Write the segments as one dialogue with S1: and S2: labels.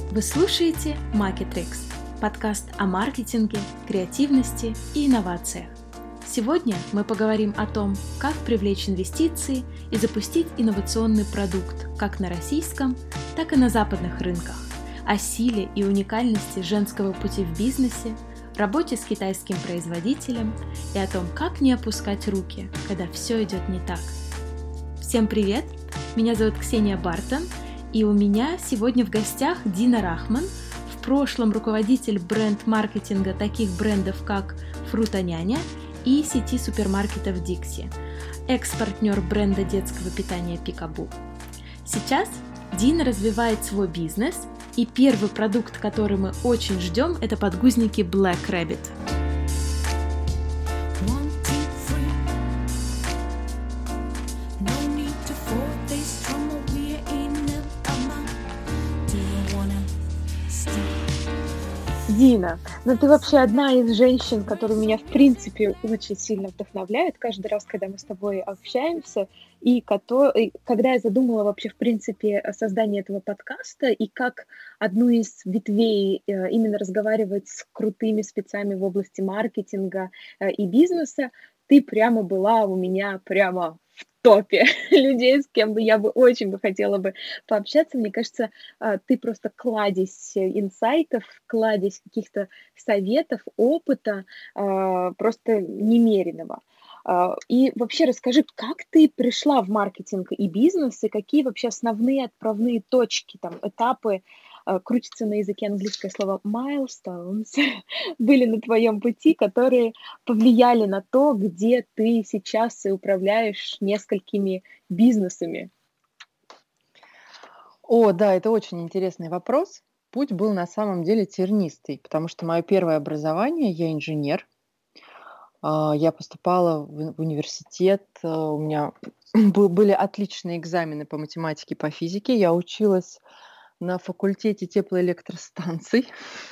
S1: Вы слушаете Marketrix, подкаст о маркетинге, креативности и инновациях. Сегодня мы поговорим о том, как привлечь инвестиции и запустить инновационный продукт как на российском, так и на западных рынках, о силе и уникальности женского пути в бизнесе, работе с китайским производителем и о том, как не опускать руки, когда все идет не так. Всем привет! Меня зовут Ксения Бартон, и у меня сегодня в гостях Дина Рахман, в прошлом руководитель бренд-маркетинга таких брендов, как Фрутоняня и сети супермаркетов Дикси, экс-партнер бренда детского питания Пикабу. Сейчас Дина развивает свой бизнес, и первый продукт, который мы очень ждем, это подгузники Black Rabbit.
S2: Дина, ты вообще одна из женщин, которые меня, в принципе, очень сильно вдохновляют каждый раз, когда мы с тобой общаемся, и когда я задумала вообще, в принципе, создание этого подкаста, и как одну из ветвей именно разговаривать с крутыми спецами в области маркетинга и бизнеса, ты прямо была у меня прямо в топе людей, с кем бы я очень хотела бы пообщаться. Мне кажется, ты просто кладезь инсайтов, кладезь каких-то советов, опыта, просто немеренного. И вообще расскажи, как ты пришла в маркетинг и бизнес, и какие вообще основные отправные точки, там, этапы, крутится на языке английское слово milestones, были на твоем пути, которые повлияли на то, где ты сейчас и управляешь несколькими бизнесами?
S3: Да, это очень интересный вопрос. Путь был на самом деле тернистый, потому что мое первое образование, я инженер. Я поступала в университет, у меня были отличные экзамены по математике, по физике. Я училась на факультете теплоэлектростанций.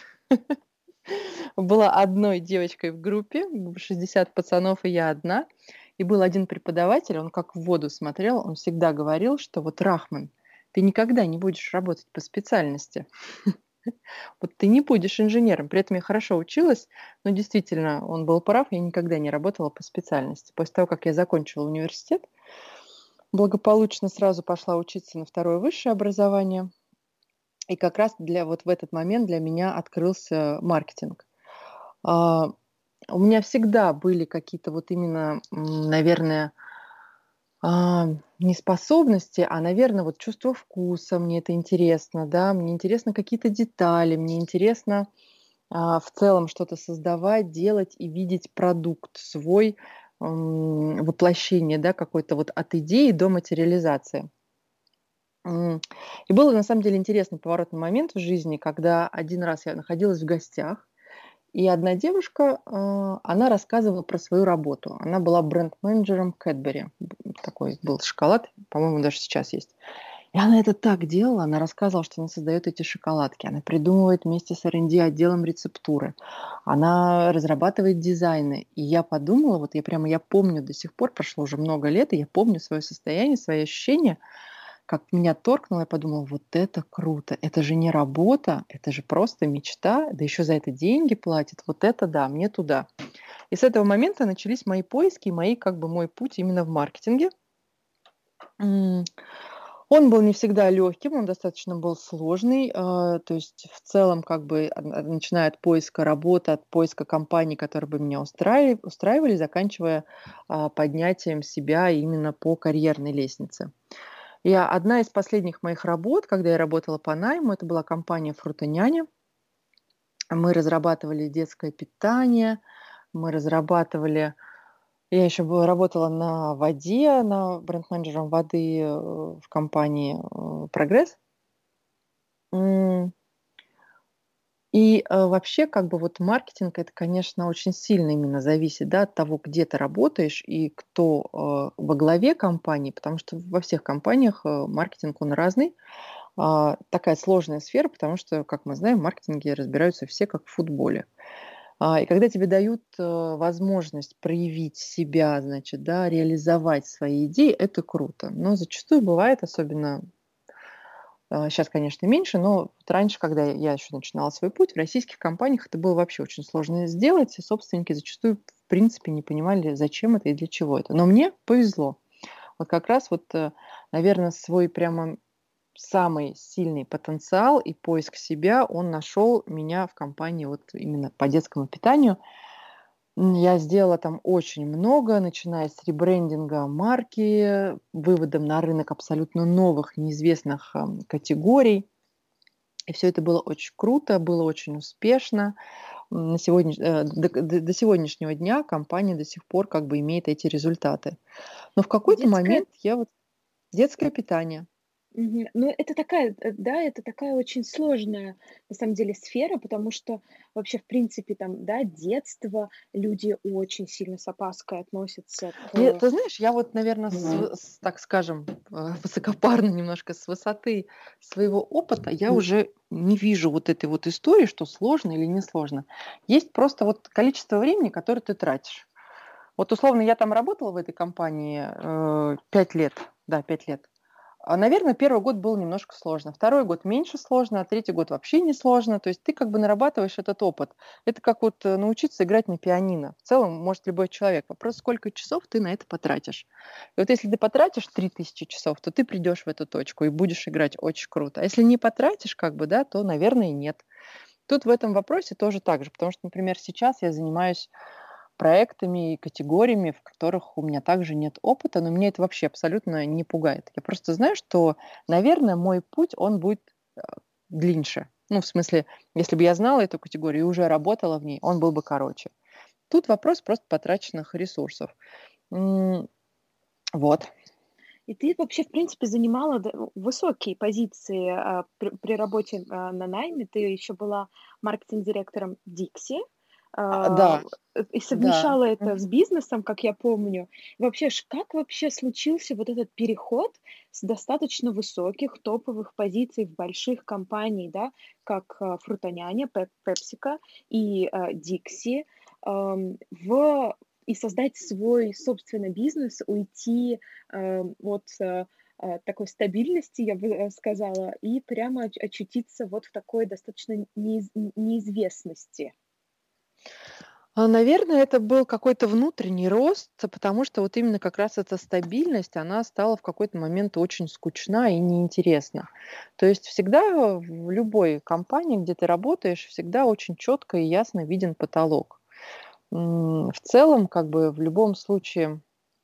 S3: Была одной девочкой в группе, 60 пацанов, и я одна. И был один преподаватель, он как в воду смотрел, он всегда говорил, что вот, Рахман, ты никогда не будешь работать по специальности. Вот ты не будешь инженером. При этом я хорошо училась, но действительно, он был прав, я никогда не работала по специальности. После того, как я закончила университет, благополучно сразу пошла учиться на второе высшее образование. И как раз в этот момент для меня открылся маркетинг. У меня всегда были какие-то вот именно, наверное, не способности, а, наверное, вот чувство вкуса. Мне это интересно, да, мне интересны какие-то детали, мне интересно в целом что-то создавать, делать и видеть продукт свой, воплощение, да, какой-то вот от идеи до материализации. И был на самом деле интересный поворотный момент в жизни, когда один раз я находилась в гостях, и одна девушка, она рассказывала про свою работу. Она была бренд-менеджером Cadbury. Такой был шоколад, по-моему, даже сейчас есть. И она это так делала, она рассказывала, что она создает эти шоколадки, она придумывает вместе с R&D отделом рецептуры, она разрабатывает дизайны. И я подумала, я помню до сих пор, прошло уже много лет, и я помню свое состояние, свои ощущения, как меня торкнуло, я подумала, вот это круто, это же не работа, это же просто мечта, да еще за это деньги платят, вот это да, мне туда. И с этого момента начались мои поиски, мой путь именно в маркетинге. Он был не всегда легким, он достаточно был сложный, то есть в целом начиная от поиска работы, от поиска компаний, которые бы меня устраивали, заканчивая поднятием себя именно по карьерной лестнице. И одна из последних моих работ, когда я работала по найму, это была компания «Фрутоняня». Мы разрабатывали детское питание, я еще работала на воде, бренд-менеджером воды в компании «Прогресс». И вообще, маркетинг, это, конечно, очень сильно именно зависит, да, от того, где ты работаешь и кто во главе компании, потому что во всех компаниях маркетинг, он разный. Такая сложная сфера, потому что, как мы знаем, в маркетинге разбираются все как в футболе. И когда тебе дают возможность проявить себя, значит, да, реализовать свои идеи, это круто. Но зачастую бывает, особенно Сейчас, конечно, меньше, но вот раньше, когда я еще начинала свой путь, в российских компаниях это было вообще очень сложно сделать, и собственники зачастую, в принципе, не понимали, зачем это и для чего это. Но мне повезло. Вот как раз вот, наверное, свой прямо самый сильный потенциал и поиск себя, он нашел меня в компании вот именно по детскому питанию. Я сделала там очень много, начиная с ребрендинга марки, выводом на рынок абсолютно новых, неизвестных категорий. И все это было очень круто, было очень успешно. До сегодняшнего дня компания до сих пор как бы имеет эти результаты. Но в какой-то
S2: Детское
S3: момент я вот детское питание.
S2: Ну, это такая, да, это такая очень сложная, на самом деле, сфера, потому что вообще, в принципе, там, да, детство, люди очень сильно с опаской относятся к.
S3: Ты знаешь, я вот, наверное, так скажем, высокопарно немножко с высоты своего опыта, я уже не вижу вот этой вот истории, что сложно или не сложно. Есть просто вот количество времени, которое ты тратишь. Вот условно я там работала в этой компании 5 лет, да, 5 лет. Наверное, первый год был немножко сложно, второй год меньше сложно, а третий год вообще не сложно. То есть ты как бы нарабатываешь этот опыт. Это как вот научиться играть на пианино. В целом может любой человек. Вопрос, сколько часов ты на это потратишь. И вот если ты потратишь 3000 часов, то ты придешь в эту точку и будешь играть очень круто. А если не потратишь, как бы, да, то, наверное, и нет. Тут в этом вопросе тоже так же, потому что, например, сейчас я занимаюсь проектами и категориями, в которых у меня также нет опыта, но меня это вообще абсолютно не пугает. Я просто знаю, что, наверное, мой путь, он будет длиннее. Ну, в смысле, если бы я знала эту категорию и уже работала в ней, он был бы короче. Тут вопрос просто потраченных ресурсов. Вот.
S2: И ты вообще, в принципе, занимала высокие позиции при работе на найме. Ты еще была маркетинг-директором Dixie.
S3: Да,
S2: И
S3: да.
S2: совмещала это с бизнесом, как я помню. Вообще, как вообще случился вот этот переход с достаточно высоких топовых позиций в больших компаниях, да, как Фрутоняня, Пепсика и Dixie, и создать свой собственный бизнес, уйти от такой стабильности, я бы сказала, и прямо очутиться вот в такой достаточно неизвестности.
S3: Наверное, это был какой-то внутренний рост, потому что вот именно как раз эта стабильность, она стала в какой-то момент очень скучна и неинтересна. То есть всегда в любой компании, где ты работаешь, всегда очень четко и ясно виден потолок. В целом, как бы в любом случае,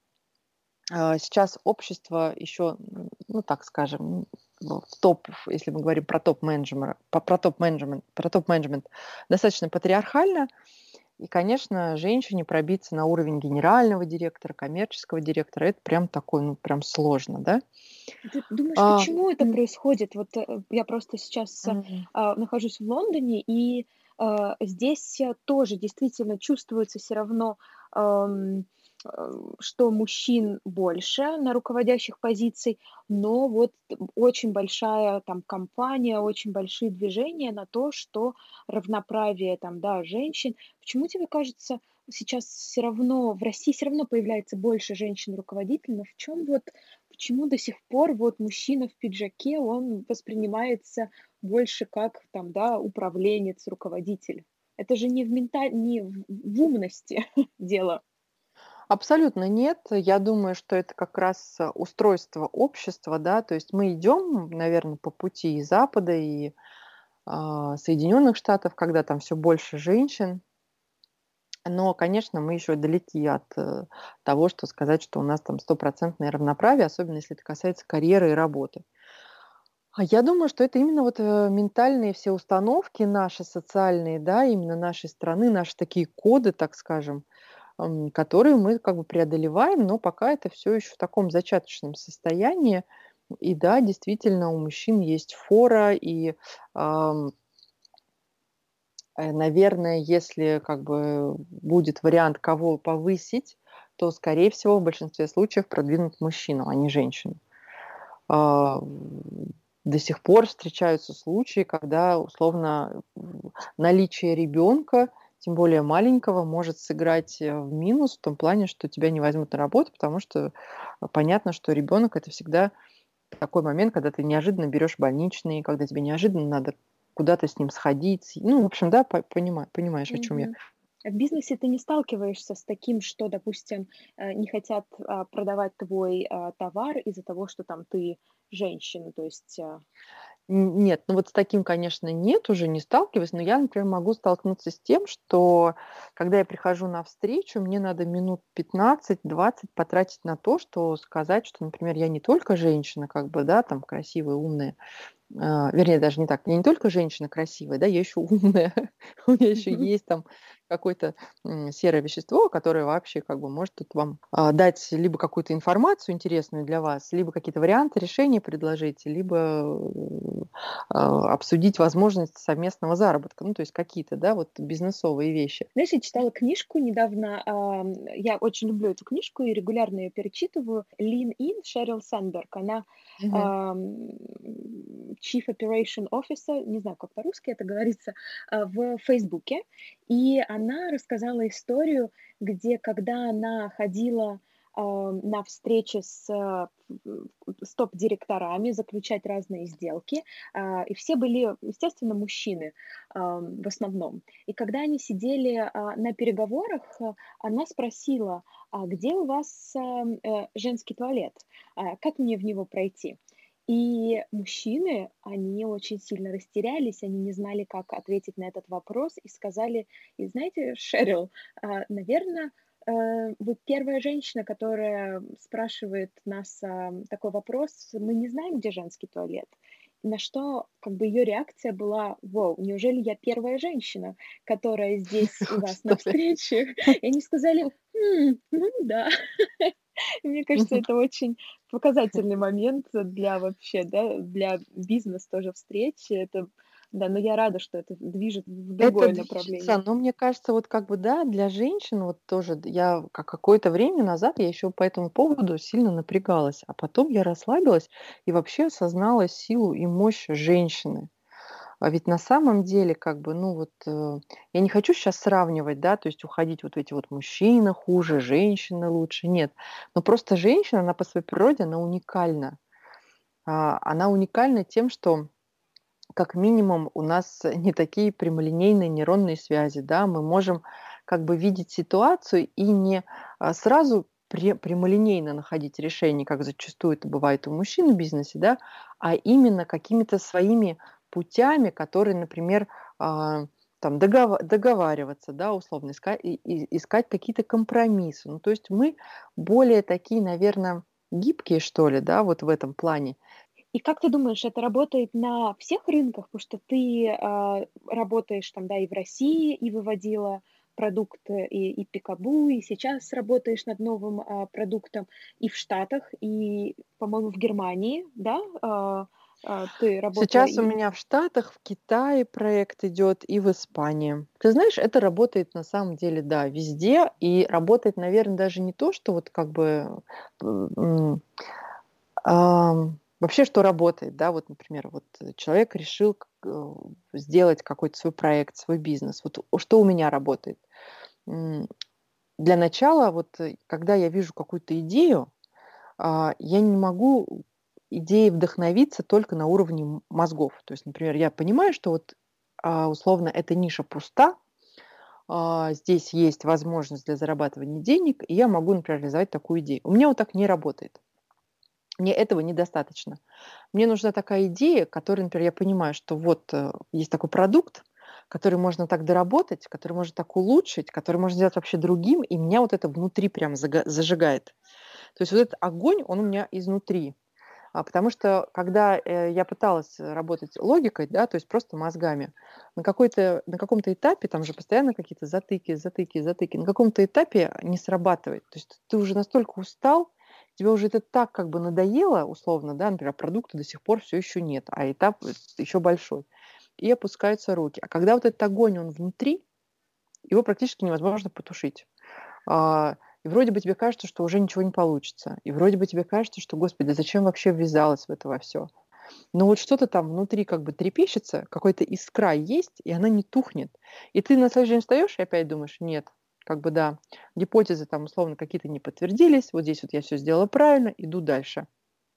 S3: сейчас общество еще, ну так скажем, в топ, если мы говорим про топ-менеджмент, про топ-менеджмент, достаточно патриархально. И, конечно, женщине пробиться на уровень генерального директора, коммерческого директора, это прям такой, ну, прям сложно, да?
S2: Ты думаешь,
S3: А,
S2: почему это
S3: м,
S2: происходит? Вот я просто сейчас
S3: м.
S2: нахожусь в Лондоне, и здесь тоже действительно чувствуется все равно, ам, что мужчин больше на руководящих позиций, но вот очень большая там компания, очень большие движения на то, что равноправие там, да, женщин. Почему тебе кажется, сейчас все равно в России все равно появляется больше женщин-руководителей, но в чем вот почему до сих пор вот мужчина в пиджаке, он воспринимается больше как там, да, управленец, руководитель? Это же не в умности дело.
S3: Абсолютно нет. Я думаю, что это как раз устройство общества, да, то есть мы идем, наверное, по пути и Запада, и Соединенных Штатов, когда там все больше женщин. Но, конечно, мы еще далеки от того, что сказать, что у нас там стопроцентное равноправие, особенно если это касается карьеры и работы. А я думаю, что это именно вот, ментальные все установки наши социальные, да, именно нашей страны, наши такие коды, так скажем, которые мы как бы преодолеваем, но пока это все еще в таком зачаточном состоянии. И да, действительно, у мужчин есть фора, и, наверное, если как бы будет вариант, кого повысить, то, скорее всего, в большинстве случаев продвинут мужчину, а не женщину. А, до сих пор встречаются случаи, когда условно наличие ребенка, тем более маленького, может сыграть в минус в том плане, что тебя не возьмут на работу, потому что понятно, что ребенок это всегда такой момент, когда ты неожиданно берешь больничный, когда тебе неожиданно надо куда-то с ним сходить. Ну, в общем, да, понимаешь, о чем я.
S2: Мгм. В бизнесе ты не сталкиваешься с таким, что, допустим, не хотят продавать твой товар из-за того, что там ты женщина, то есть...
S3: Нет, ну вот с таким, конечно, нет, уже не сталкиваюсь, но я, например, могу столкнуться с тем, что когда я прихожу на встречу, мне надо минут 15-20 потратить на то, что сказать, что, например, я не только женщина, как бы, да, там красивая, умная, вернее, даже не так, я не только женщина красивая, да, я еще умная, у меня еще есть там какое-то серое вещество, которое вообще как бы может тут вам дать либо какую-то информацию интересную для вас, либо какие-то варианты решения предложить, либо обсудить возможность совместного заработка, ну, то есть какие-то, да, вот бизнесовые вещи.
S2: Знаешь, я читала книжку недавно, я очень люблю эту книжку и регулярно ее перечитываю. Lean In, Шерил Сандберг. Она
S3: Мгм.
S2: Chief Operation Officer, не знаю, как по-русски это говорится, в Фейсбуке. И она рассказала историю, где, когда она ходила на встречи с топ-директорами, заключать разные сделки, и все были, естественно, мужчины в основном. И когда они сидели на переговорах, она спросила: "А где у вас женский туалет? Как мне в него пройти?" И мужчины, они очень сильно растерялись, они не знали, как ответить на этот вопрос, и сказали: "И знаете, Шерил, наверное, вы первая женщина, которая спрашивает нас такой вопрос. Мы не знаем, где женский туалет". На что как бы ее реакция была: "Вау, неужели я первая женщина, которая здесь у вас на
S3: Что ли?
S2: встрече?" И они сказали: ну да". Мне кажется, это очень показательный момент для вообще, да, для бизнес тоже встречи. Это, да, но я рада, что это движет в
S3: Это
S2: другое
S3: движется,
S2: направление.
S3: но мне кажется, вот как бы, да, для женщин вот тоже я какое-то время назад я еще по этому поводу сильно напрягалась, а потом я расслабилась и вообще осознала силу и мощь женщины. А ведь на самом деле, как бы, ну вот, я не хочу сейчас сравнивать, да, то есть уходить вот в эти вот мужчина хуже, женщина лучше, нет. Но просто женщина, она по своей природе, она уникальна. Она уникальна тем, что как минимум у нас не такие прямолинейные нейронные связи, да, мы можем как бы видеть ситуацию и не сразу прямолинейно находить решение, как зачастую это бывает у мужчин в бизнесе, да, а именно какими-то своими путями, которые, например, там договариваться, да, условно, искать какие-то компромиссы. Ну, то есть мы более такие, наверное, гибкие, что ли, да, вот в этом плане.
S2: И как ты думаешь, это работает на всех рынках? Потому что ты работаешь там, да, и в России, и выводила продукты, и Пикабу, и сейчас работаешь над новым продуктом, и в Штатах, и, по-моему, в Германии, да, ты работала.
S3: Сейчас у меня в Штатах, в Китае проект идет и в Испании. Ты знаешь, это работает на самом деле, да, везде. И работает, наверное, даже не то, что вот как бы вообще, что работает, да, вот, например, вот человек решил сделать какой-то свой проект, свой бизнес. Вот что у меня работает? М, Для начала, вот когда я вижу какую-то идею, я не могу идеей вдохновиться только на уровне мозгов. То есть, например, я понимаю, что вот условно эта ниша пуста, здесь есть возможность для зарабатывания денег, и я могу, например, реализовать такую идею. У меня вот так не работает. Мне этого недостаточно. Мне нужна такая идея, которая, например, я понимаю, что вот есть такой продукт, который можно так доработать, который можно так улучшить, который можно сделать вообще другим, и меня вот это внутри прям зажигает. То есть вот этот огонь, он у меня изнутри. Потому что когда я пыталась работать логикой, да, то есть просто мозгами, на каком-то этапе, там же постоянно какие-то затыки, на каком-то этапе не срабатывает. То есть ты уже настолько устал, тебе уже это так как бы надоело, условно, да, например, продукта до сих пор все еще нет, а этап еще большой. И опускаются руки. А когда вот этот огонь, он внутри, его практически невозможно потушить. И вроде бы тебе кажется, что уже ничего не получится. И вроде бы тебе кажется, что, господи, да зачем вообще ввязалась в это во все? Но вот что-то там внутри как бы трепещется, какой-то искра есть, и она не тухнет. И ты на следующий день встаешь и опять думаешь, нет, как бы да, гипотезы там условно какие-то не подтвердились, вот здесь вот я все сделала правильно, иду дальше.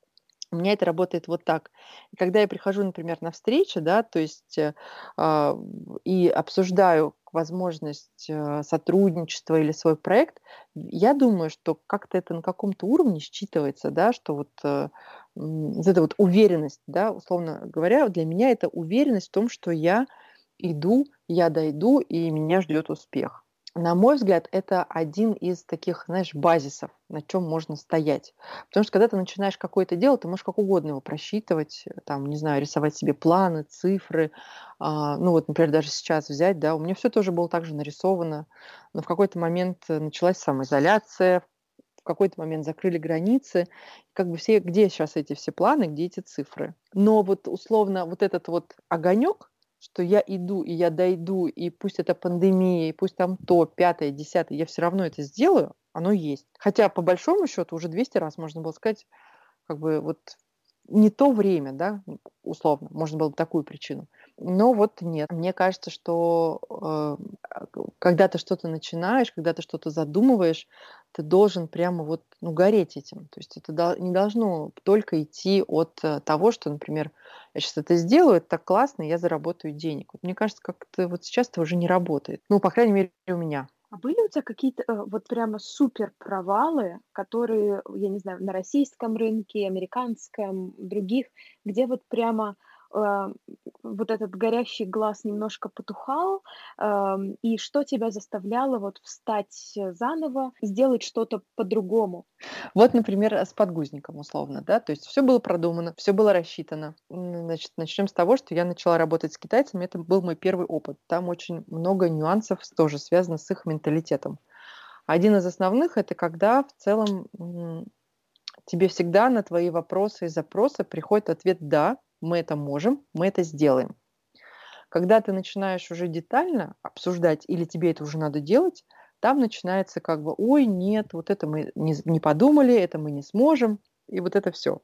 S3: У меня это работает вот так. И когда я прихожу, например, на встречу, да, то есть, а, и обсуждаю возможность, сотрудничества или свой проект, я думаю, что как-то это на каком-то уровне считывается, да, что вот, вот эта вот уверенность, да, условно говоря, для меня это уверенность в том, что я иду, я дойду, и меня ждет успех. На мой взгляд, это один из таких, знаешь, базисов, на чем можно стоять. Потому что когда ты начинаешь какое-то дело, ты можешь как угодно его просчитывать, там, не знаю, рисовать себе планы, цифры. Ну вот, например, даже сейчас взять, да, у меня все тоже было так же нарисовано, но в какой-то момент началась самоизоляция, в какой-то момент закрыли границы. Как бы все, где сейчас эти все планы, где эти цифры? Но вот условно вот этот вот огонек, что я иду, и я дойду, и пусть это пандемия, и пусть там то, пятое, десятое, я все равно это сделаю, оно есть. Хотя по большому счету уже 200 раз можно было сказать, как бы вот не то время, да, условно, можно было бы такую причину. Но вот нет. Мне кажется, что когда ты что-то начинаешь, когда ты что-то задумываешь, ты должен прямо вот, ну, гореть этим. То есть это не должно только идти от того, что, например, я сейчас это сделаю, это так классно, и я заработаю денег. Вот мне кажется, как-то вот сейчас это уже не работает. Ну, по крайней мере, у меня.
S2: А были у тебя какие-то, вот прямо супер провалы, которые, я не знаю, на российском рынке, американском, других, где вот прямо, а, вот этот горящий глаз немножко потухал, и что тебя заставляло вот встать, заново, сделать что-то по-другому?
S3: Вот, например, с подгузником условно, да, то есть все было продумано, все было рассчитано. Значит, начнем с того, что я начала работать с китайцами, это был мой первый опыт. Там очень много нюансов тоже связано с их менталитетом. Один из основных — это когда в целом, тебе всегда на твои вопросы и запросы приходит ответ «да, мы это можем, мы это сделаем». Когда ты начинаешь уже детально обсуждать или тебе это уже надо делать, там начинается как бы: «Ой, нет, вот это мы не подумали, это мы не сможем». И вот это все.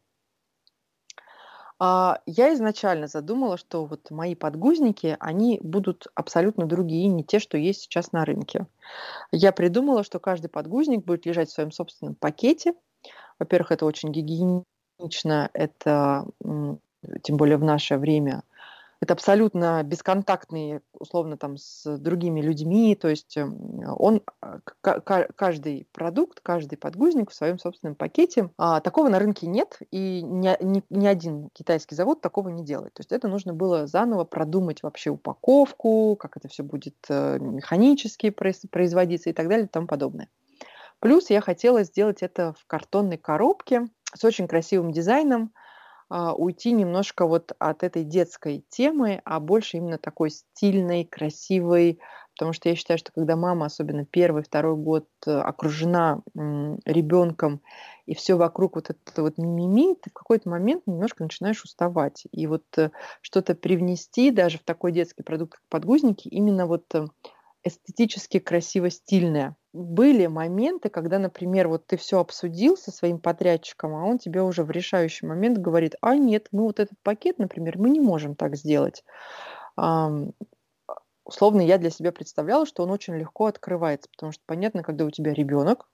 S3: Я изначально задумала, что вот мои подгузники, они будут абсолютно другие, не те, что есть сейчас на рынке. Я придумала, что каждый подгузник будет лежать в своем собственном пакете. Во-первых, это очень гигиенично, это, тем более в наше время, это абсолютно бесконтактный, условно, там, с другими людьми. То есть, он, каждый продукт, каждый подгузник в своем собственном пакете. Такого на рынке нет, и ни один китайский завод такого не делает. То есть это нужно было заново продумать вообще упаковку, как это все будет, механически производиться и так далее и тому подобное. Плюс я хотела сделать это в картонной коробке с очень красивым дизайном, уйти немножко вот от этой детской темы, а больше именно такой стильной, красивой. Потому что я считаю, что когда мама, особенно первый, второй год, окружена ребенком, и все вокруг вот это вот мимими, ты в какой-то момент немножко начинаешь уставать. И вот что-то привнести даже в такой детский продукт, как подгузники, именно вот эстетически красиво стильное. Были моменты, когда, например, вот ты все обсудил со своим подрядчиком, а он тебе уже в решающий момент говорит: «А нет, мы вот этот пакет, например, мы не можем так сделать». Ам, Условно, я для себя представляла, что он очень легко открывается, потому что понятно, когда у тебя ребенок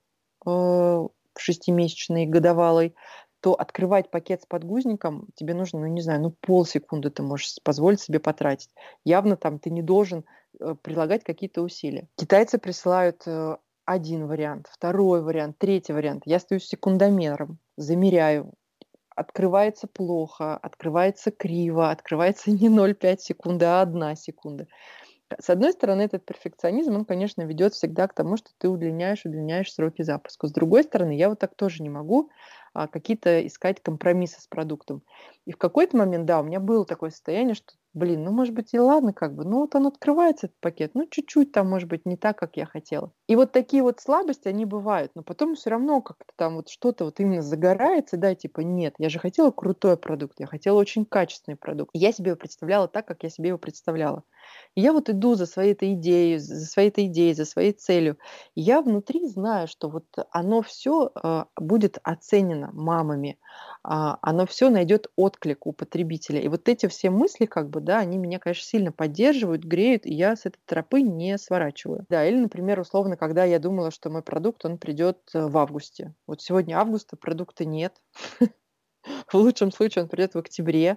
S3: шестимесячный, годовалый, то открывать пакет с подгузником тебе нужно, ну, не знаю, ну, полсекунды ты можешь позволить себе потратить. Явно там ты не должен прилагать какие-то усилия. Китайцы присылают один вариант, второй вариант, третий вариант. Я стою с секундомером, замеряю. Открывается плохо, открывается криво, открывается не 0,5 секунды, а 1 секунда. С одной стороны, этот перфекционизм, он, конечно, ведет всегда к тому, что ты удлиняешь сроки запуска. С другой стороны, я вот так тоже не могу какие-то искать компромиссы с продуктом. И в какой-то момент, да, у меня было такое состояние, что, блин, ну, может быть, и ладно, как бы, ну, вот он открывается, этот пакет, ну, чуть-чуть там, может быть, не так, как я хотела. И вот такие вот слабости, они бывают, но потом все равно как-то там вот что-то вот именно загорается, да, типа, нет, я же хотела крутой продукт, я хотела очень качественный продукт. И я себе его представляла так, как я себе его представляла. И я вот иду за своей этой идеей, за своей целью. И я внутри знаю, что вот оно все будет оценено мамами, оно все найдет отклик у потребителя. И вот эти все мысли, как бы, да, они меня, конечно, сильно поддерживают, греют, и я с этой тропы не сворачиваю. Да, или, например, условно, когда я думала, что мой продукт, он придет в августе. Вот сегодня августа, продукта нет. В лучшем случае он придет в октябре.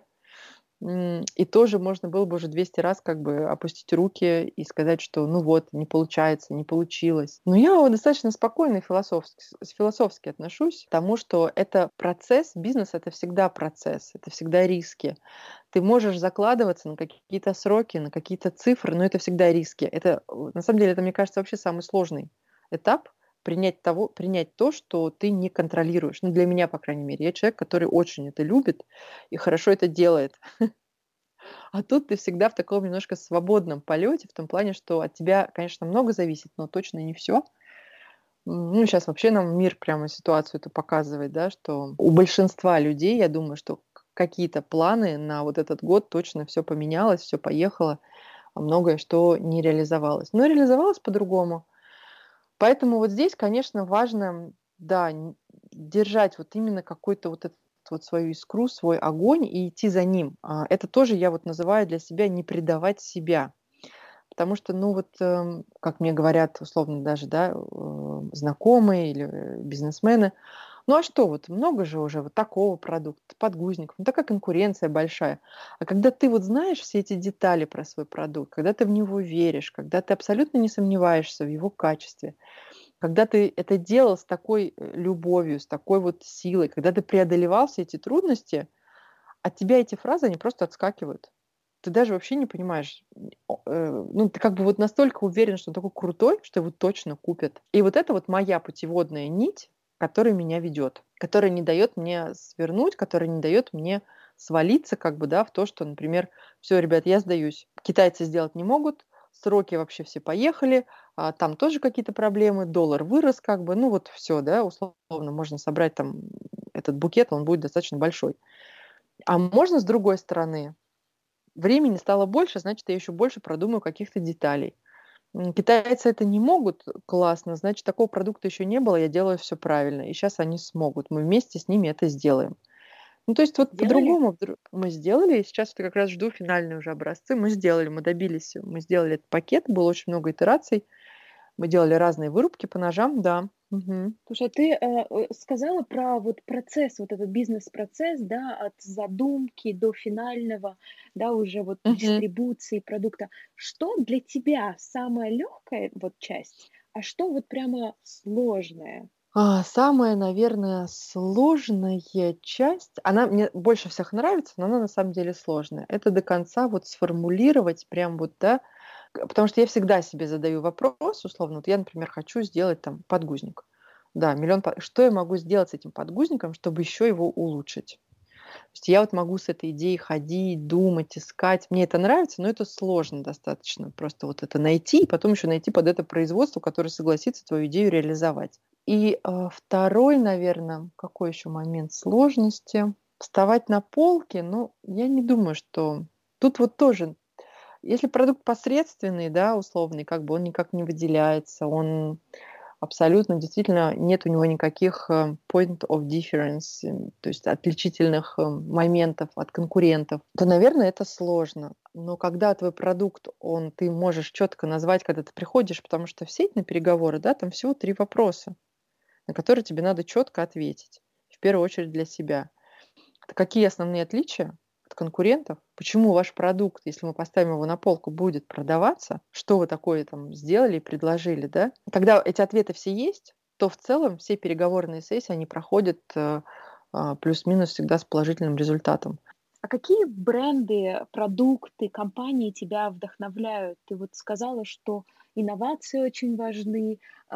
S3: И тоже можно было бы уже 200 раз как бы опустить руки и сказать, что ну вот, не получается, не получилось. Но я достаточно спокойно и философски отношусь к тому, что это процесс, бизнес — это всегда процесс, это всегда риски. Ты можешь закладываться на какие-то сроки, на какие-то цифры, но это всегда риски. Это, на самом деле, это, мне кажется, вообще самый сложный этап — принять то, что ты не контролируешь. Ну, для меня, по крайней мере. Я человек, который очень это любит и хорошо это делает. А тут ты всегда в таком немножко свободном полете, в том плане, что от тебя, конечно, много зависит, но точно не все. Ну, сейчас вообще нам мир прямо ситуацию это показывает, да, что у большинства людей, я думаю, что какие-то планы на вот этот год точно все поменялось, все поехало, а многое что не реализовалось. Но реализовалось по-другому. Поэтому вот здесь, конечно, важно, да, держать вот именно какой-то вот этот вот свою искру, свой огонь и идти за ним. Это тоже я вот называю для себя не предавать себя. Потому что, ну вот, как мне говорят условно даже, да, знакомые или бизнесмены, ну а что, вот много же уже вот такого продукта, подгузников, ну такая конкуренция большая. А когда ты вот знаешь все эти детали про свой продукт, когда ты в него веришь, когда ты абсолютно не сомневаешься в его качестве, когда ты это делал с такой любовью, с такой вот силой, когда ты преодолевал все эти трудности, от тебя эти фразы, они просто отскакивают. Ты даже вообще не понимаешь, ну, ты как бы вот настолько уверен, что он такой крутой, что его точно купят. И вот это вот моя путеводная нить, которая меня ведет, которая не дает мне свернуть, которая не дает мне свалиться как бы, да, в то, что, например, все, ребят, я сдаюсь. Китайцы сделать не могут, сроки вообще все поехали, там тоже какие-то проблемы, доллар вырос как бы, ну вот все, да, условно, можно собрать там этот букет, он будет достаточно большой. А можно с другой стороны, времени стало больше, значит, я еще больше продумаю каких-то деталей. Китайцы это не могут, классно, значит, такого продукта еще не было, я делаю все правильно. И сейчас они смогут. Мы вместе с ними это сделаем. Ну, то есть вот
S2: Делали?
S3: по-другому мы сделали, и сейчас вот как раз жду финальные уже образцы. Мы сделали, мы добились, мы сделали этот пакет, было очень много итераций. Мы делали разные вырубки по ножам, да. Мгм.
S2: Слушай, а ты сказала про вот процесс, вот этот бизнес-процесс, да, от задумки до финального, да, уже вот
S3: Мгм.
S2: дистрибуции продукта. Что для тебя самая легкая вот часть, а что вот прямо сложное?
S3: Самая, наверное, сложная часть, она мне больше всех нравится, но она на самом деле сложная. Это до конца вот сформулировать прям вот, да, потому что я всегда себе задаю вопрос, условно, вот я, например, хочу сделать там подгузник. Да, что я могу сделать с этим подгузником, чтобы еще его улучшить? То есть я вот могу с этой идеей ходить, думать, искать. Мне это нравится, но это сложно достаточно. Просто вот это найти, и потом еще найти под это производство, которое согласится твою идею реализовать. И второй, наверное, какой еще момент сложности? Вставать на полке, ну, я не думаю, что... Тут вот тоже, если продукт посредственный, да, условный, как бы он никак не выделяется, он абсолютно, действительно, нет у него никаких point of difference, то есть отличительных моментов от конкурентов, то, наверное, это сложно. Но когда твой продукт, ты можешь четко назвать, когда ты приходишь, потому что в сеть на переговоры, да, там всего 3 вопроса, на которые тебе надо четко ответить, в первую очередь для себя. Это какие основные отличия от конкурентов? Почему ваш продукт, если мы поставим его на полку, будет продаваться? Что вы такое там сделали и предложили, да? Когда эти ответы все есть, то в целом все переговорные сессии, они проходят плюс-минус всегда с положительным результатом.
S2: А какие бренды, продукты, компании тебя вдохновляют? Ты вот сказала, что инновации очень важны,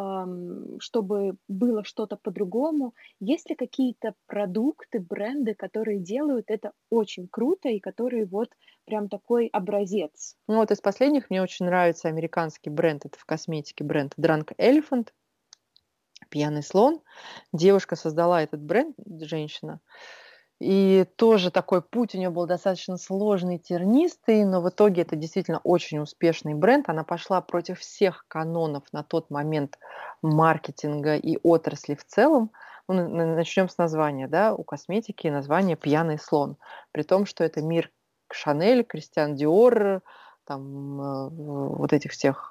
S2: чтобы было что-то по-другому. Есть ли какие-то продукты, бренды, которые делают это очень круто и которые вот прям такой образец?
S3: Ну вот из последних мне очень нравится американский бренд, это в косметике бренд Drunk Elephant, пьяный слон. Девушка создала этот бренд, женщина. И тоже такой путь у нее был достаточно сложный, тернистый, но в итоге это действительно очень успешный бренд. Она пошла против всех канонов на тот момент маркетинга и отрасли в целом. Ну, начнем с названия, да, у косметики название «Пьяный слон», при том, что это мир Шанель, Кристиан Диор, там вот этих всех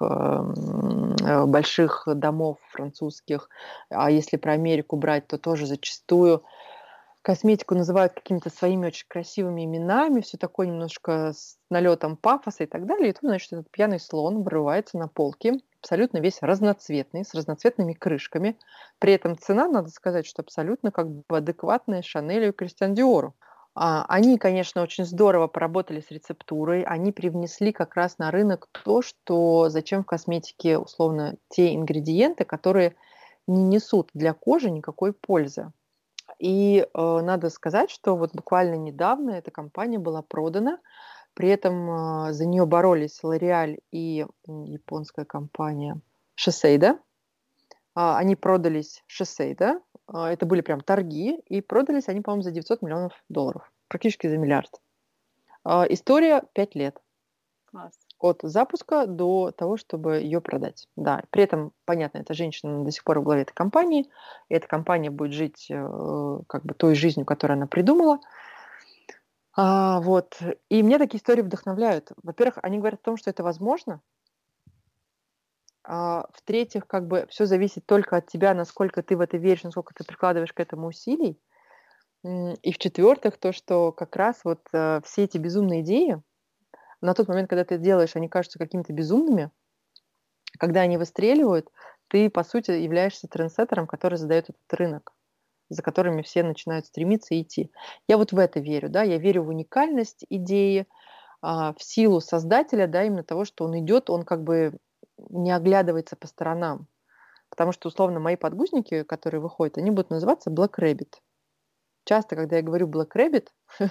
S3: больших домов французских. А если про Америку брать, то тоже зачастую косметику называют какими-то своими очень красивыми именами, все такое немножко с налетом пафоса и так далее. И тут, значит, этот пьяный слон врывается на полки, абсолютно весь разноцветный, с разноцветными крышками. При этом цена, надо сказать, что абсолютно как бы адекватная Шанелю и Кристиан Диору. Они, конечно, очень здорово поработали с рецептурой, они привнесли как раз на рынок то, что зачем в косметике, условно, те ингредиенты, которые не несут для кожи никакой пользы. И надо сказать, что вот буквально недавно эта компания была продана, при этом за нее боролись L'Oréal и японская компания Shiseido. Они продались Shiseido, это были прям торги, и продались они, по-моему, за $900 миллионов, практически за миллиард. История 5 лет.
S2: Класс.
S3: От запуска до того, чтобы ее продать. Да, при этом, понятно, эта женщина до сих пор в главе этой компании, и эта компания будет жить как бы той жизнью, которую она придумала. Вот. И меня такие истории вдохновляют. Во-первых, они говорят о том, что это возможно. В-третьих, как бы все зависит только от тебя, насколько ты в это веришь, насколько ты прикладываешь к этому усилий. И в-четвертых, то, что как раз вот все эти безумные идеи, на тот момент, когда ты это делаешь, они кажутся какими-то безумными. Когда они выстреливают, ты, по сути, являешься трендсеттером, который задает этот рынок, за которыми все начинают стремиться и идти. Я вот в это верю, да, я верю в уникальность идеи, в силу создателя, да, именно того, что он идет, он как бы не оглядывается по сторонам. Потому что, условно, мои подгузники, которые выходят, они будут называться Black Rabbit. Часто, когда я говорю Black Rabbit,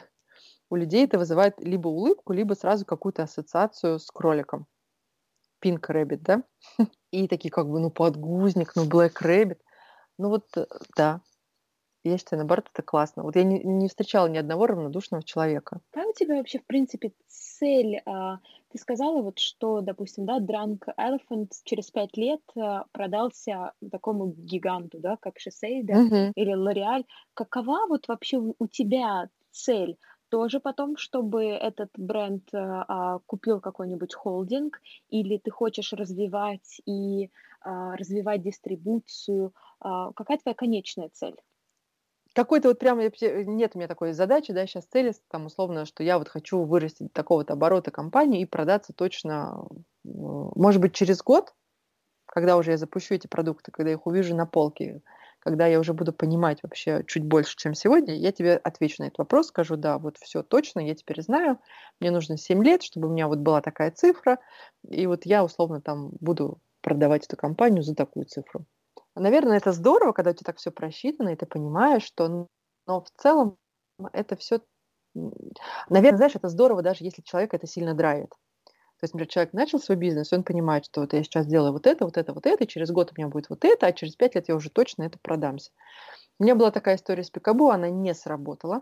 S3: у людей это вызывает либо улыбку, либо сразу какую-то ассоциацию с кроликом. Pink Rabbit, да? И такие как бы, ну, подгузник, ну, Black Rabbit. Ну, вот, да. Я считаю, наоборот, это классно. Вот я не встречала ни одного равнодушного человека.
S2: Какая у тебя вообще, в принципе, цель? Ты сказала, вот, что, допустим, да, Drunk Elephant через 5 лет продался такому гиганту, да, как Shiseido
S3: Мгм.
S2: или L'Oréal. Какова вот вообще у тебя цель? Тоже потом, чтобы этот бренд купил какой-нибудь холдинг, или ты хочешь развивать и развивать дистрибуцию? Какая твоя конечная цель?
S3: Какой-то вот прям нет у меня такой задачи, да, сейчас цели, там, условно, что я вот хочу вырастить такого-то оборота компании и продаться точно, может быть, через год, когда уже я запущу эти продукты, когда я их увижу на полке, когда я уже буду понимать вообще чуть больше, чем сегодня, я тебе отвечу на этот вопрос, скажу, да, вот все точно, я теперь знаю, мне нужно 7 лет, чтобы у меня вот была такая цифра, и вот я условно там буду продавать эту компанию за такую цифру. Наверное, это здорово, когда у тебя так все просчитано, и ты понимаешь, что, но в целом это все, наверное, знаешь, это здорово, даже если человек это сильно драйвит. То есть, например, человек начал свой бизнес, он понимает, что вот я сейчас делаю вот это, вот это, вот это, и через год у меня будет вот это, а через 5 лет я уже точно это продамся. У меня была такая история с Пикабу, она не сработала.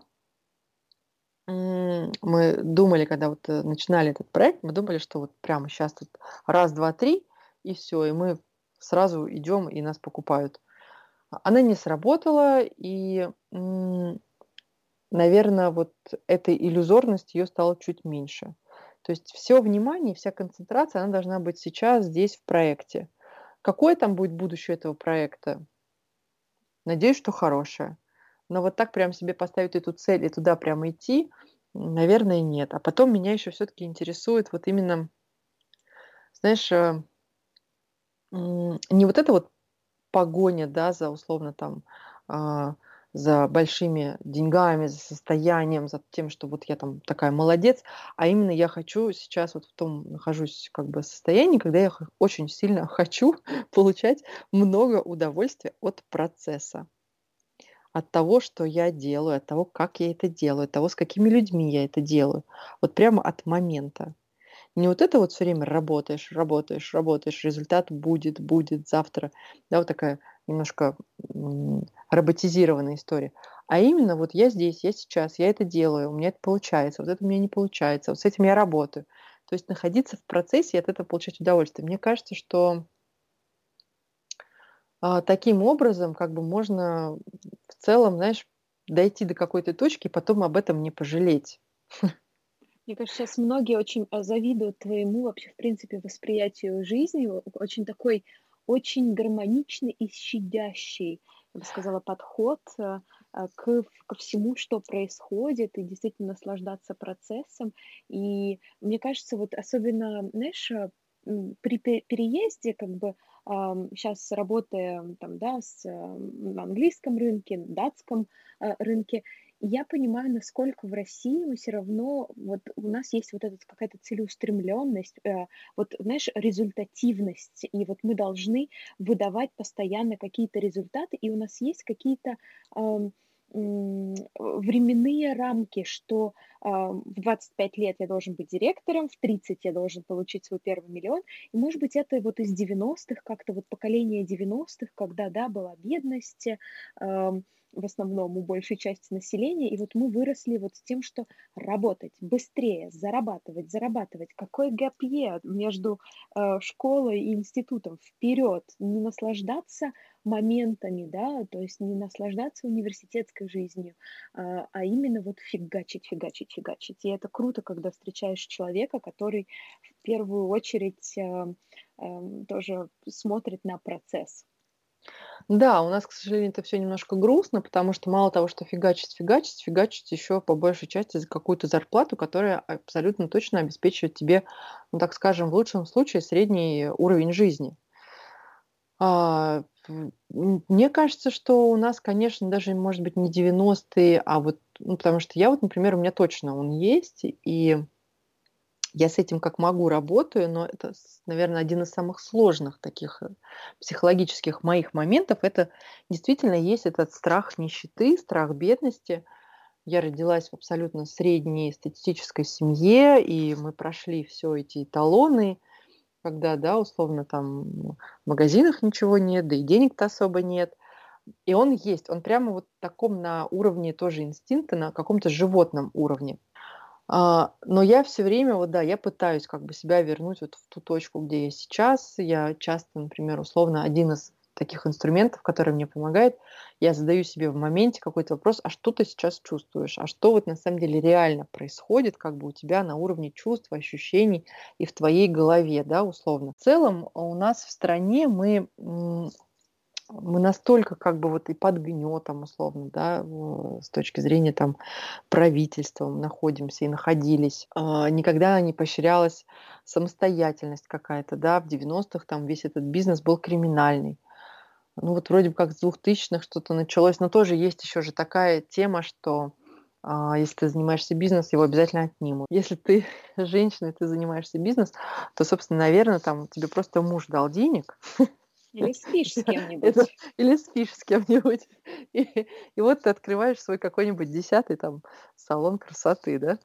S3: Мы думали, когда вот начинали этот проект, мы думали, что вот прямо сейчас тут раз, два, три, и все, и мы сразу идем, и нас покупают. Она не сработала, и, наверное, вот эта иллюзорность ее стала чуть меньше. То есть все внимание, вся концентрация, она должна быть сейчас, здесь, в проекте. Какое там будет будущее этого проекта? Надеюсь, что хорошее. Но вот так прям себе поставить эту цель и туда прямо идти, наверное, нет. А потом меня еще все-таки интересует вот именно, знаешь, не вот эта вот погоня, да, за условно там, а, за большими деньгами, за состоянием, за тем, что вот я там такая молодец, а именно я хочу сейчас вот в том нахожусь как бы состоянии, когда я очень сильно хочу получать много удовольствия от процесса, от того, что я делаю, от того, как я это делаю, от того, с какими людьми я это делаю. Вот прямо от момента. Не вот это вот все время работаешь, работаешь, работаешь, результат будет завтра. Да, вот такая немножко роботизированная история. А именно вот я здесь, я сейчас, я это делаю, у меня это получается, вот это у меня не получается, вот с этим я работаю. То есть находиться в процессе и от этого получать удовольствие. Мне кажется, что таким образом как бы можно в целом, знаешь, дойти до какой-то точки и потом об этом не пожалеть.
S2: Мне кажется, сейчас многие очень завидуют твоему вообще, в принципе, восприятию жизни, очень такой, очень гармоничный и щадящий, я бы сказала, подход. ко всему, что происходит, и действительно наслаждаться процессом. И мне кажется, вот особенно, знаешь, при переезде, как бы сейчас работая там, да, на английском рынке, на датском рынке, я понимаю, насколько в России мы все равно, вот у нас есть вот эта какая-то целеустремленность, вот, знаешь, результативность, и вот мы должны выдавать постоянно какие-то результаты, и у нас есть какие-то временные рамки, что в 25 лет я должен быть директором, в 30 я должен получить свой первый миллион. И, может быть, это вот из 90-х, как-то вот поколение 90-х, когда, да, была бедность, в основном у большей части населения, и вот мы выросли вот с тем, что работать быстрее, зарабатывать, зарабатывать. Какой gap year между школой и институтом? Вперед, не наслаждаться моментами, да, то есть не наслаждаться университетской жизнью, а именно вот фигачить, фигачить, фигачить. И это круто, когда встречаешь человека, который в первую очередь тоже смотрит на процесс.
S3: Да, у нас, к сожалению, это все немножко грустно, потому что мало того, что фигачить еще по большей части за какую-то зарплату, которая абсолютно точно обеспечивает тебе, ну, так скажем, в лучшем случае средний уровень жизни. Мне кажется, что у нас, конечно, даже, может быть, не 90-е, а вот, ну, потому что я вот, например, у меня точно он есть, и я с этим как могу работаю, но это, наверное, один из самых сложных таких психологических моих моментов. Это действительно есть этот страх нищеты, страх бедности. Я родилась в абсолютно средней статистической семье, и мы прошли все эти эталоны, когда, да, условно, там в магазинах ничего нет, да и денег-то особо нет. И он есть, он прямо вот таком на уровне тоже инстинкта, на каком-то животном уровне. Но я все время, вот да, я пытаюсь как бы себя вернуть вот в ту точку, где я сейчас. Я часто, например, условно, один из таких инструментов, который мне помогает, я задаю себе в моменте какой-то вопрос: а что ты сейчас чувствуешь? А что вот на самом деле реально происходит как бы у тебя на уровне чувств, ощущений и в твоей голове, да, условно. В целом у нас в стране мы настолько как бы вот и под гнетом, условно, да, с точки зрения там правительства находимся и находились. Никогда не поощрялась самостоятельность какая-то, да, в 90-х там весь этот бизнес был криминальный. Ну вот вроде бы как с 2000-х что-то началось, но тоже есть еще же такая тема, что если ты занимаешься бизнесом, его обязательно отнимут. Если ты женщина, и ты занимаешься бизнесом, то, собственно, наверное, там тебе просто муж дал денег,
S2: Или спишь с
S3: это
S2: кем-нибудь.
S3: или спишь с кем-нибудь. И вот ты открываешь свой какой-нибудь 10-й там салон красоты, да?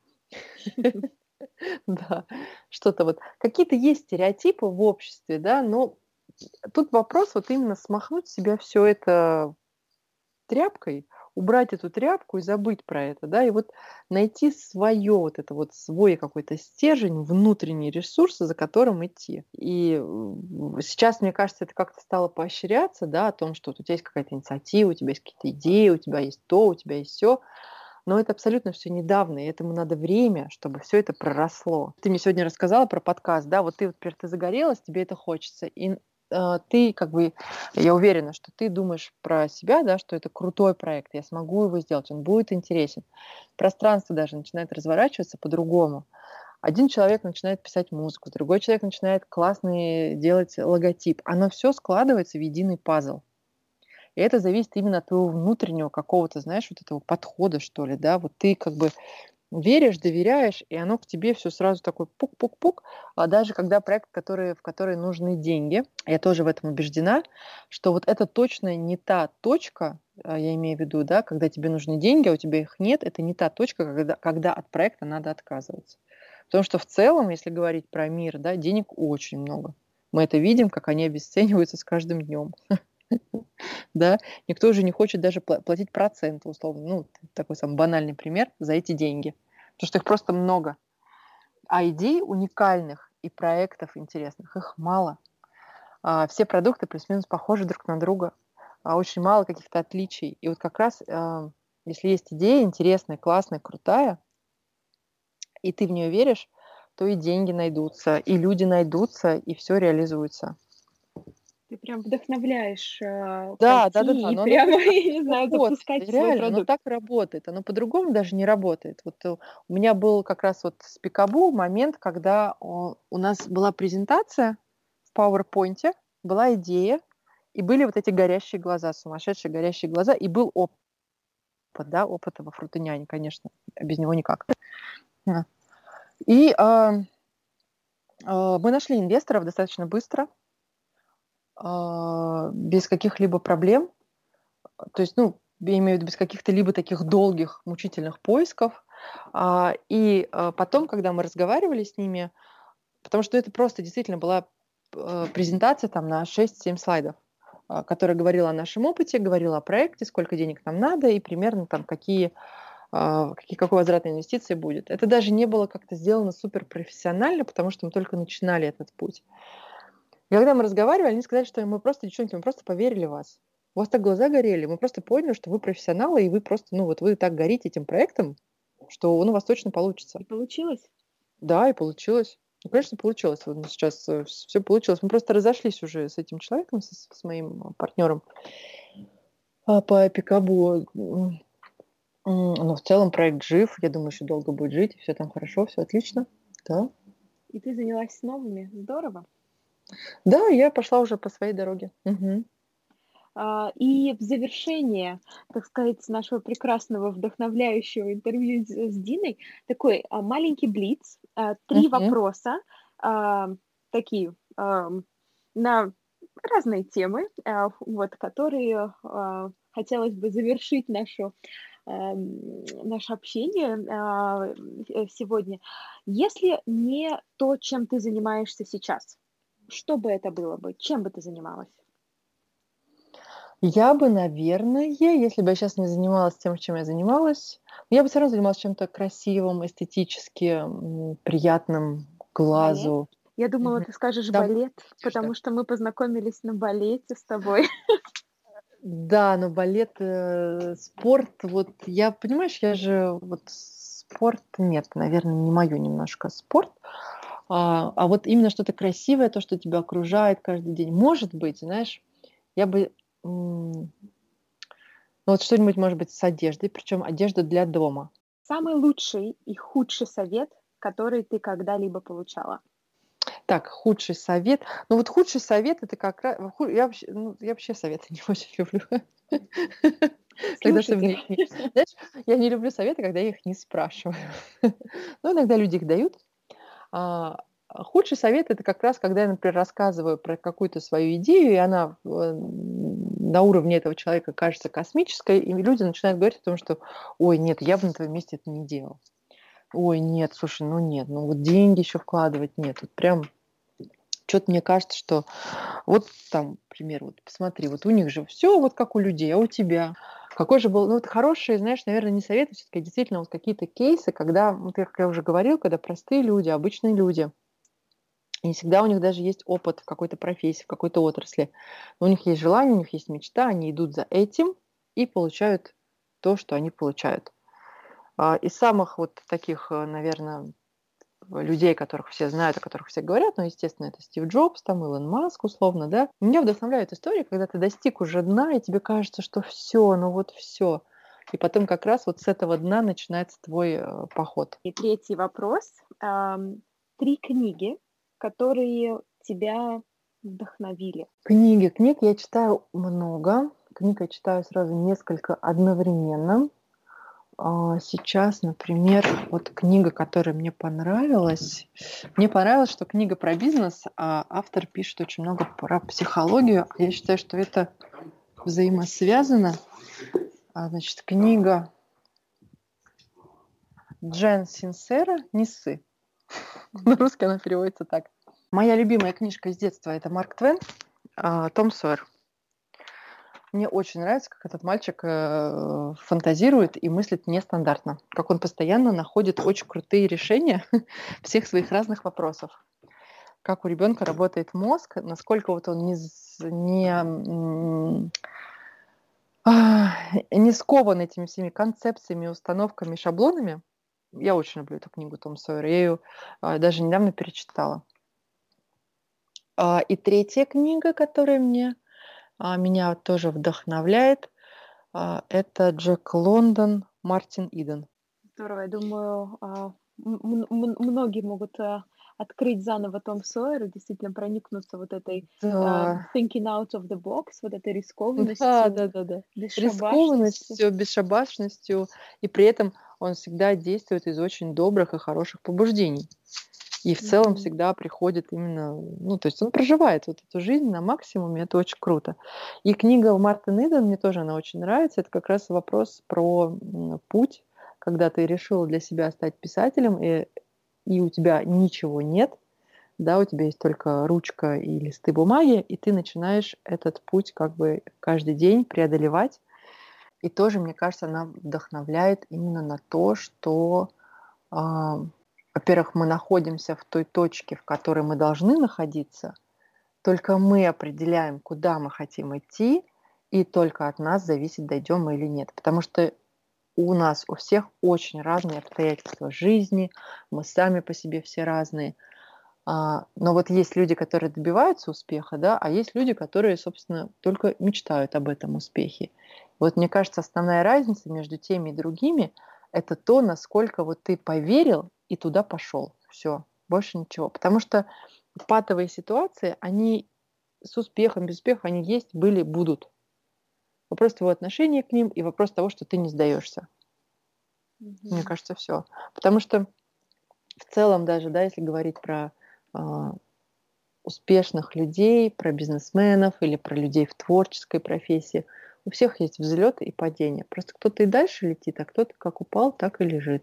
S3: Да, что-то вот. Какие-то есть стереотипы в обществе, да, но тут вопрос вот именно смахнуть с себя всё это тряпкой, убрать эту тряпку и забыть про это, да, и вот найти свое вот это вот, свой какой-то стержень, внутренний ресурс, за которым идти. И сейчас, мне кажется, это как-то стало поощряться, да, о том, что вот у тебя есть какая-то инициатива, у тебя есть какие-то идеи, у тебя есть то, у тебя есть все. Но это абсолютно все недавно, и этому надо время, чтобы все это проросло. Ты мне сегодня рассказала про подкаст, да, вот ты, вот, например, ты загорелась, тебе это хочется, и ты как бы, я уверена, что ты думаешь про себя, да, что это крутой проект, я смогу его сделать, он будет интересен. Пространство даже начинает разворачиваться по-другому. Один человек начинает писать музыку, другой человек начинает классный делать логотип. Оно все складывается в единый пазл. И это зависит именно от твоего внутреннего какого-то, знаешь, вот этого подхода, что ли, да. Вот ты как бы веришь, доверяешь, и оно к тебе все сразу такой пук-пук-пук. А даже когда проект, в который нужны деньги, я тоже в этом убеждена, что вот это точно не та точка, я имею в виду, да, когда тебе нужны деньги, а у тебя их нет, это не та точка, когда от проекта надо отказываться. Потому что в целом, если говорить про мир, да, денег очень много. Мы это видим, как они обесцениваются с каждым днем. Да, никто уже не хочет даже платить проценты, условно. Ну, такой самый банальный пример за эти деньги. Потому что их просто много. А идей уникальных и проектов интересных, их мало. Все продукты плюс-минус похожи друг на друга. Очень мало каких-то отличий. И вот как раз, если есть идея интересная, классная, крутая, и ты в нее веришь, то и деньги найдутся, и люди найдутся, и все реализуется.
S2: Ты прям вдохновляешь
S3: Да, да-да-да,
S2: пойти и
S3: но оно
S2: прямо,
S3: просто так
S2: я не знаю,
S3: работает.
S2: запускать свой
S3: Реально, оно
S2: продукт.
S3: так работает. Оно по-другому даже не работает. Вот у меня был как раз вот с Пикабу момент, когда у нас была презентация в PowerPoint, была идея, и были вот эти горящие глаза, сумасшедшие горящие глаза, и был опыт, да, опыт во фрутоняне, конечно, без него никак. А. И мы нашли инвесторов достаточно быстро, без каких-либо проблем. То есть, ну, я имею в виду без каких-то либо таких долгих, мучительных поисков. Потом, когда мы разговаривали с ними, потому что это просто действительно была презентация там на 6-7 слайдов, которая говорила о нашем опыте, говорила о проекте, сколько денег нам надо и примерно там какой возврат на инвестиции будет. Это даже не было как-то сделано супер профессионально, потому что мы только начинали этот путь. И когда мы разговаривали, они сказали, что мы просто, девчонки, мы просто поверили в вас. У вас так глаза горели, мы просто поняли, что вы профессионалы, и вы просто, ну вот вы так горите этим проектом, что он у вас точно получится.
S2: И получилось?
S3: Да, и получилось. Ну, конечно, получилось. Вот сейчас все получилось. Мы просто разошлись уже с этим человеком, с моим партнером по Пикабу. Но в целом проект жив. Я думаю, еще долго будет жить. Все там хорошо, все отлично. Да.
S2: И ты занялась новыми? Здорово.
S3: Да, я пошла уже по своей дороге. Угу.
S2: И в завершение, так сказать, нашего прекрасного вдохновляющего интервью с Диной такой маленький блиц, 3
S3: Угу.
S2: вопроса, такие на разные темы, вот, которые хотелось бы завершить наше общение сегодня. Если не то, чем ты занимаешься сейчас, что бы это было бы? Чем бы ты занималась?
S3: Я бы, наверное, если бы я сейчас не занималась тем, чем я занималась, я бы все равно занималась чем-то красивым, эстетически приятным
S2: Балет?
S3: глазу.
S2: Я думала,
S3: Мгм.
S2: ты скажешь
S3: Там
S2: балет,
S3: что?
S2: потому что мы познакомились на балете с тобой.
S3: Да, но балет, спорт, вот я, понимаешь, я же вот спорт нет, наверное, не моё немножко спорт. А вот именно что-то красивое, то, что тебя окружает каждый день. Может быть, знаешь, я бы, ну, вот что-нибудь, может быть, с одеждой, причем одежда для дома.
S2: Самый лучший и худший совет, который ты когда-либо получала.
S3: Так, худший совет. Ну, вот худший совет — это как раз я вообще советы не очень люблю. Когда особенно
S2: Слушайте,
S3: их не знаешь, я не люблю советы, когда я их не спрашиваю. Но иногда люди их дают. Худший совет — это как раз, когда я, например, рассказываю про какую-то свою идею, и она на уровне этого человека кажется космической, и люди начинают говорить о том, что: "Ой, нет, я бы на твоем месте это не делал. Ой, нет, слушай, ну нет, ну вот деньги еще вкладывать нет". Вот прям чё-то мне кажется, что вот там, пример, вот посмотри, вот у них же все вот как у людей, а у тебя? Какой же был, ну, вот хорошие, знаешь, наверное, не советы, все-таки действительно вот какие-то кейсы, когда, вот как я уже говорил, когда простые люди, обычные люди, и не всегда у них даже есть опыт в какой-то профессии, в какой-то отрасли. Но у них есть желание, у них есть мечта, они идут за этим и получают то, что они получают. Из самых вот таких, наверное, людей, которых все знают, о которых все говорят, ну, естественно, это Стив Джобс, там, Илон Маск, условно, да. Меня вдохновляет история, когда ты достиг уже дна, и тебе кажется, что все, ну вот все. И потом как раз вот с этого дна начинается твой поход.
S2: и третий вопрос. 3 книги, которые тебя вдохновили.
S3: Книг я читаю много. Книг я читаю сразу несколько одновременно. Сейчас, например, вот книга, которая мне понравилась. Мне понравилось, что книга про бизнес, а автор пишет очень много про психологию. Я считаю, что это взаимосвязано. Значит, книга Джен Синсера «Не ссы». На русский она переводится так. Моя любимая книжка из детства — это Марк Твен, Том Сойер. Мне очень нравится, как этот мальчик фантазирует и мыслит нестандартно, как он постоянно находит очень крутые решения всех своих разных вопросов. Как у ребенка работает мозг, насколько вот он не скован этими всеми концепциями, установками, шаблонами. Я очень люблю эту книгу Том Сойер. Я ее даже недавно перечитала. И третья книга, которая меня тоже вдохновляет, это Джек Лондон, Мартин Иден.
S2: Здорово. Я думаю, многие могут открыть заново Том Сойер и действительно проникнуться вот этой
S3: Да,
S2: thinking out of the box, вот этой
S3: да,
S2: рискованностью,
S3: да, да, да.
S2: бесшабашностью.
S3: Рискованностью, бесшабашностью, и при этом он всегда действует из очень добрых и хороших побуждений. И в целом
S2: Мгм.
S3: всегда приходит именно, то есть он проживает вот эту жизнь на максимуме, это очень круто. И книга Мартин Иден, мне тоже она очень нравится, это как раз вопрос про путь, когда ты решила для себя стать писателем, и у тебя ничего нет, да, у тебя есть только ручка и листы бумаги, и ты начинаешь этот путь как бы каждый день преодолевать. И тоже, мне кажется, она вдохновляет именно на то, что, а, во-первых, мы находимся в той точке, в которой мы должны находиться, только мы определяем, куда мы хотим идти, и только от нас зависит, дойдем мы или нет. Потому что у нас у всех очень разные обстоятельства жизни, мы сами по себе все разные. Но вот есть люди, которые добиваются успеха, да, а есть люди, которые, собственно, только мечтают об этом успехе. Вот мне кажется, основная разница между теми и другими — это то, насколько вот ты поверил и туда пошел. Все, больше ничего. Потому что патовые ситуации, они с успехом, без успеха, они есть, были, будут. Вопрос твоего отношения к ним и вопрос того, что ты не сдаешься. Мне
S2: Мгм.
S3: кажется, все. Потому что в целом даже, да, если говорить про а, успешных людей, про бизнесменов или про людей в творческой профессии. У всех есть взлеты и падения. Просто кто-то и дальше летит, а кто-то как упал, так и лежит.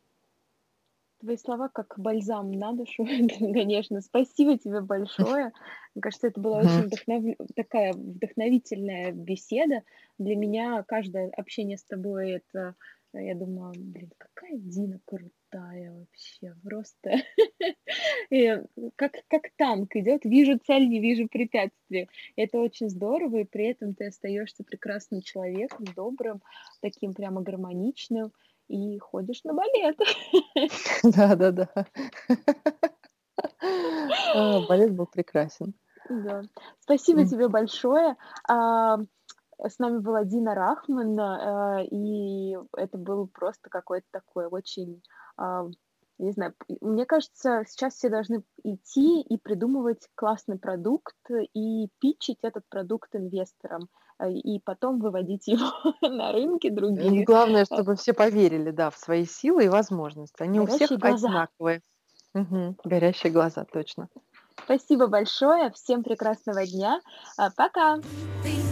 S2: Твои слова как бальзам на душу, конечно. Спасибо тебе большое. Мне кажется, это была
S3: Мгм.
S2: очень такая вдохновительная беседа. Для меня каждое общение с тобой — это, я думаю, блин, какая Дина крутая вообще, просто И как танк идет, вижу цель, не вижу препятствий. Это очень здорово, и при этом ты остаешься прекрасным человеком, добрым, таким прямо гармоничным, и ходишь на балет.
S3: Да-да-да. Балет был прекрасен.
S2: Да. Спасибо
S3: М.
S2: тебе большое. А, с нами была Дина Рахман, и это был просто какой-то такой очень, а, не знаю, мне кажется, сейчас все должны идти и придумывать классный продукт и питчить этот продукт инвесторам, и потом выводить его на рынки другие.
S3: Главное,
S2: А,
S3: чтобы все поверили, да, в свои силы и возможности. Они у всех
S2: Горящие глаза.
S3: одинаковые. Мгм. Горящие глаза, точно.
S2: Спасибо большое. Всем прекрасного дня. Пока.